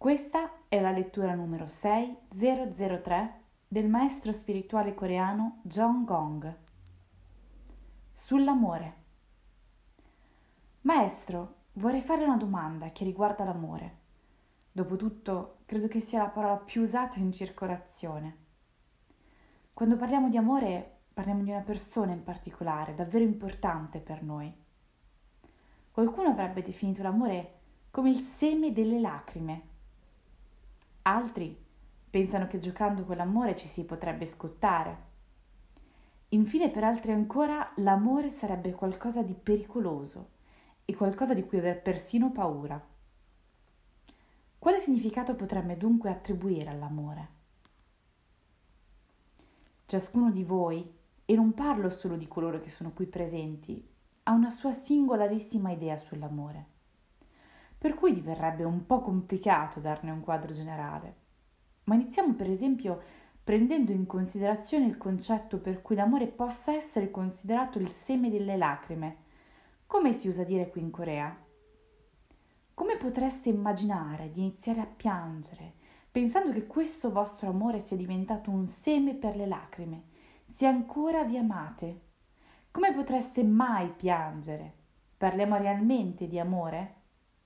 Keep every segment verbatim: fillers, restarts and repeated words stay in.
Questa è la lettura numero sei zero zero tre del maestro spirituale coreano John Gong. Sull'amore. Maestro, vorrei fare una domanda che riguarda l'amore. Dopotutto, credo che sia la parola più usata in circolazione. Quando parliamo di amore, parliamo di una persona in particolare, davvero importante per noi. Qualcuno avrebbe definito l'amore come il seme delle lacrime. Altri pensano che giocando con l'amore ci si potrebbe scottare. Infine, per altri ancora, l'amore sarebbe qualcosa di pericoloso e qualcosa di cui aver persino paura. Quale significato potremmo dunque attribuire all'amore? Ciascuno di voi, e non parlo solo di coloro che sono qui presenti, ha una sua singolarissima idea sull'amore, per cui diverrebbe un po' complicato darne un quadro generale. Ma iniziamo per esempio prendendo in considerazione il concetto per cui l'amore possa essere considerato il seme delle lacrime, come si usa dire qui in Corea. Come potreste immaginare di iniziare a piangere pensando che questo vostro amore sia diventato un seme per le lacrime, se ancora vi amate? Come potreste mai piangere? Parliamo realmente di amore?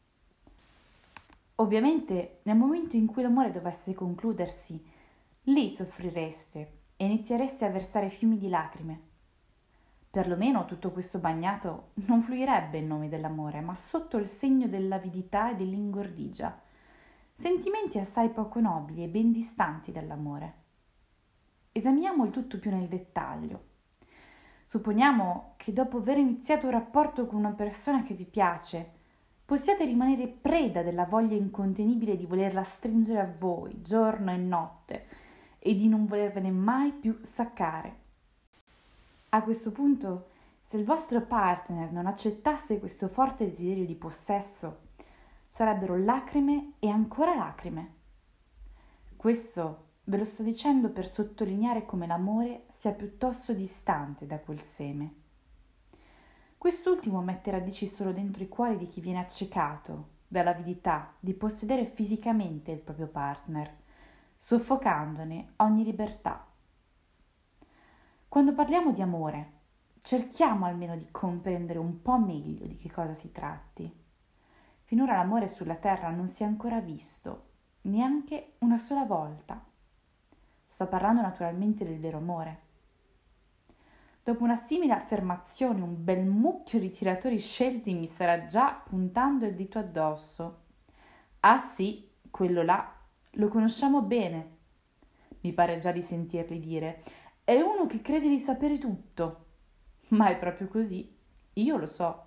Ovviamente, nel momento in cui l'amore dovesse concludersi, lì soffrireste e iniziereste a versare fiumi di lacrime. Perlomeno tutto questo bagnato non fluirebbe in nome dell'amore, ma sotto il segno dell'avidità e dell'ingordigia, sentimenti assai poco nobili e ben distanti dall'amore. Esaminiamo il tutto più nel dettaglio. Supponiamo che dopo aver iniziato un rapporto con una persona che vi piace, possiate rimanere preda della voglia incontenibile di volerla stringere a voi giorno e notte e di non volervene mai più staccare. A questo punto, se il vostro partner non accettasse questo forte desiderio di possesso, sarebbero lacrime e ancora lacrime. Questo ve lo sto dicendo per sottolineare come l'amore sia piuttosto distante da quel seme. Quest'ultimo mette radici solo dentro i cuori di chi viene accecato dall'avidità di possedere fisicamente il proprio partner, soffocandone ogni libertà. Quando parliamo di amore, cerchiamo almeno di comprendere un po' meglio di che cosa si tratti. Finora l'amore sulla terra non si è ancora visto, neanche una sola volta. Sto parlando naturalmente del vero amore. Dopo una simile affermazione, un bel mucchio di tiratori scelti mi starà già puntando il dito addosso. Ah sì, quello là, lo conosciamo bene. Mi pare già di sentirli dire. È uno che crede di sapere tutto. Ma è proprio così. Io lo so.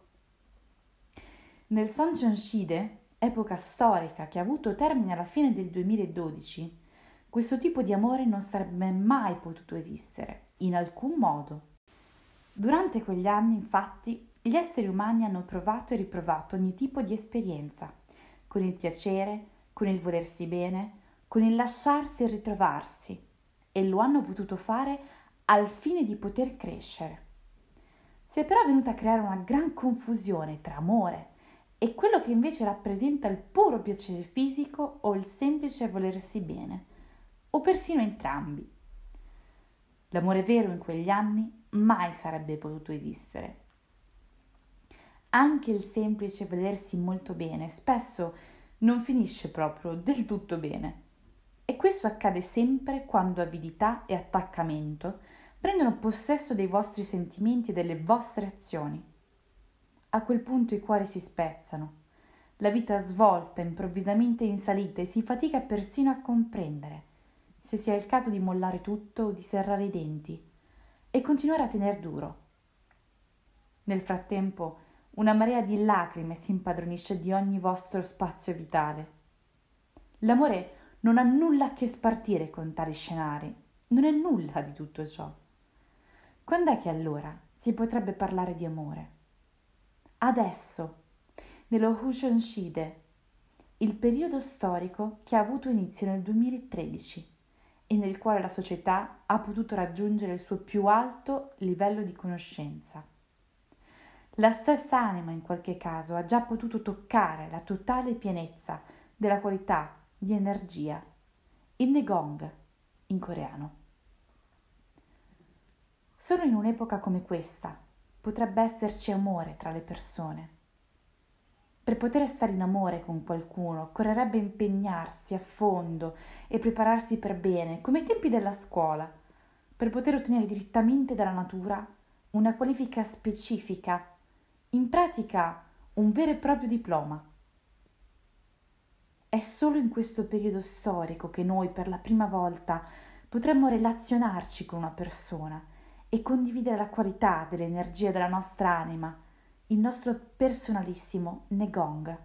Nel Sancheonshide, epoca storica che ha avuto termine alla fine del duemiladodici, questo tipo di amore non sarebbe mai potuto esistere, in alcun modo. Durante quegli anni, infatti, gli esseri umani hanno provato e riprovato ogni tipo di esperienza, con il piacere, con il volersi bene, con il lasciarsi e ritrovarsi, e lo hanno potuto fare al fine di poter crescere. Si è però venuta a creare una gran confusione tra amore e quello che invece rappresenta il puro piacere fisico o il semplice volersi bene, o persino entrambi. L'amore vero in quegli anni mai sarebbe potuto esistere. Anche il semplice volersi molto bene spesso non finisce proprio del tutto bene. E questo accade sempre quando avidità e attaccamento prendono possesso dei vostri sentimenti e delle vostre azioni. A quel punto i cuori si spezzano, la vita svolta improvvisamente in salita e si fatica persino a comprendere se sia il caso di mollare tutto o di serrare i denti e continuare a tener duro. Nel frattempo, una marea di lacrime si impadronisce di ogni vostro spazio vitale. L'amore non ha nulla a che spartire con tali scenari, non è nulla di tutto ciò. Quando è che allora si potrebbe parlare di amore? Adesso, nello Joseon-shide, il periodo storico che ha avuto inizio nel duemilatredici e nel quale la società ha potuto raggiungere il suo più alto livello di conoscenza. La stessa anima in qualche caso ha già potuto toccare la totale pienezza della qualità di energia, il Negong in coreano. Solo in un'epoca come questa potrebbe esserci amore tra le persone. Per poter stare in amore con qualcuno occorrerebbe impegnarsi a fondo e prepararsi per bene, come ai tempi della scuola, per poter ottenere direttamente dalla natura una qualifica specifica, in pratica un vero e proprio diploma. È solo in questo periodo storico che noi per la prima volta potremmo relazionarci con una persona e condividere la qualità dell'energia della nostra anima, il nostro personalissimo Negong.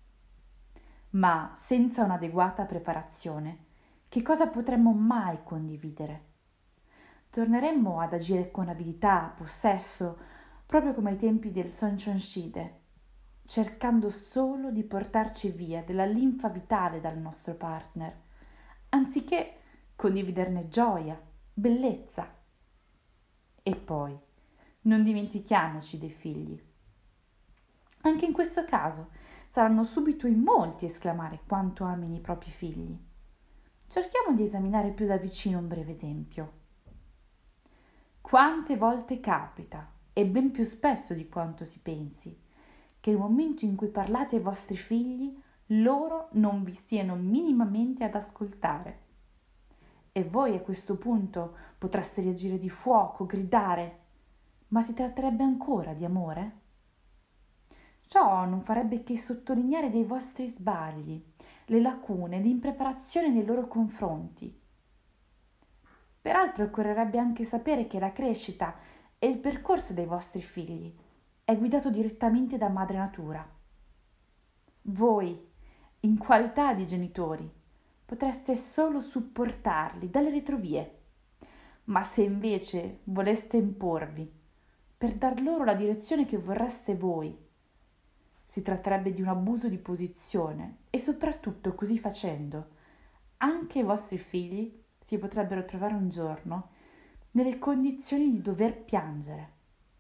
Ma senza un'adeguata preparazione, che cosa potremmo mai condividere? Torneremmo ad agire con avidità, possesso, proprio come ai tempi del Sonchonshide, cercando solo di portarci via della linfa vitale dal nostro partner, anziché condividerne gioia, bellezza. E poi, non dimentichiamoci dei figli. Anche in questo caso saranno subito in molti a esclamare quanto amino i propri figli. Cerchiamo di esaminare più da vicino un breve esempio. Quante volte capita, e ben più spesso di quanto si pensi, che nel momento in cui parlate ai vostri figli, loro non vi stiano minimamente ad ascoltare. E voi a questo punto potreste reagire di fuoco, gridare, ma si tratterebbe ancora di amore? Ciò non farebbe che sottolineare dei vostri sbagli, le lacune, l'impreparazione nei loro confronti. Peraltro occorrerebbe anche sapere che la crescita e il percorso dei vostri figli è guidato direttamente da Madre Natura. Voi, in qualità di genitori, potreste solo supportarli dalle retrovie, ma se invece voleste imporvi per dar loro la direzione che vorreste voi, si tratterebbe di un abuso di posizione e soprattutto così facendo anche i vostri figli si potrebbero trovare un giorno nelle condizioni di dover piangere.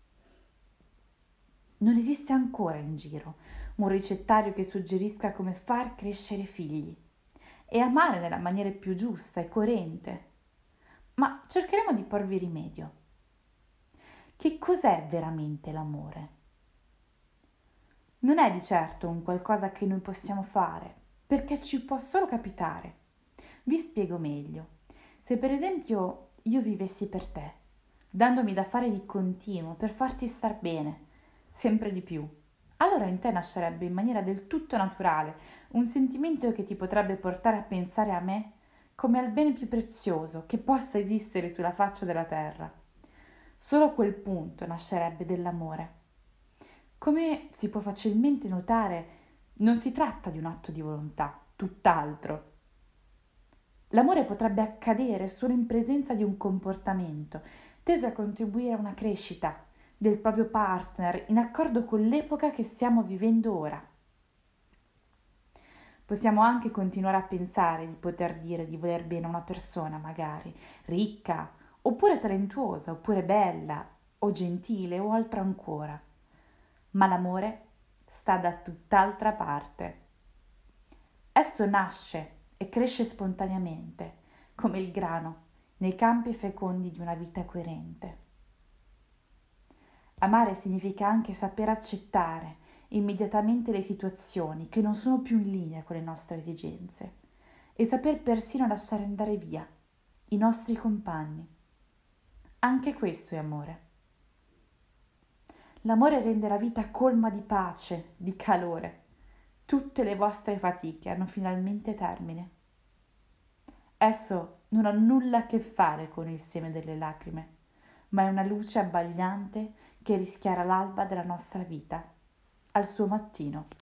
Non esiste ancora in giro un ricettario che suggerisca come far crescere figli e amare nella maniera più giusta e coerente, ma cercheremo di porvi rimedio. Che cos'è veramente l'amore? Non è di certo un qualcosa che noi possiamo fare, perché ci può solo capitare. Vi spiego meglio. Se per esempio io vivessi per te, dandomi da fare di continuo per farti star bene, sempre di più, allora in te nascerebbe in maniera del tutto naturale un sentimento che ti potrebbe portare a pensare a me come al bene più prezioso che possa esistere sulla faccia della terra. Solo a quel punto nascerebbe dell'amore. Come si può facilmente notare, non si tratta di un atto di volontà, tutt'altro. L'amore potrebbe accadere solo in presenza di un comportamento teso a contribuire a una crescita del proprio partner in accordo con l'epoca che stiamo vivendo ora. Possiamo anche continuare a pensare di poter dire di voler bene a una persona, magari ricca, oppure talentuosa, oppure bella, o gentile, o altro ancora. Ma l'amore sta da tutt'altra parte. Esso nasce e cresce spontaneamente, come il grano, nei campi fecondi di una vita coerente. Amare significa anche saper accettare immediatamente le situazioni che non sono più in linea con le nostre esigenze e saper persino lasciare andare via i nostri compagni. Anche questo è amore. L'amore rende la vita colma di pace, di calore. Tutte le vostre fatiche hanno finalmente termine. Esso non ha nulla a che fare con il seme delle lacrime, ma è una luce abbagliante che rischiara l'alba della nostra vita, al suo mattino.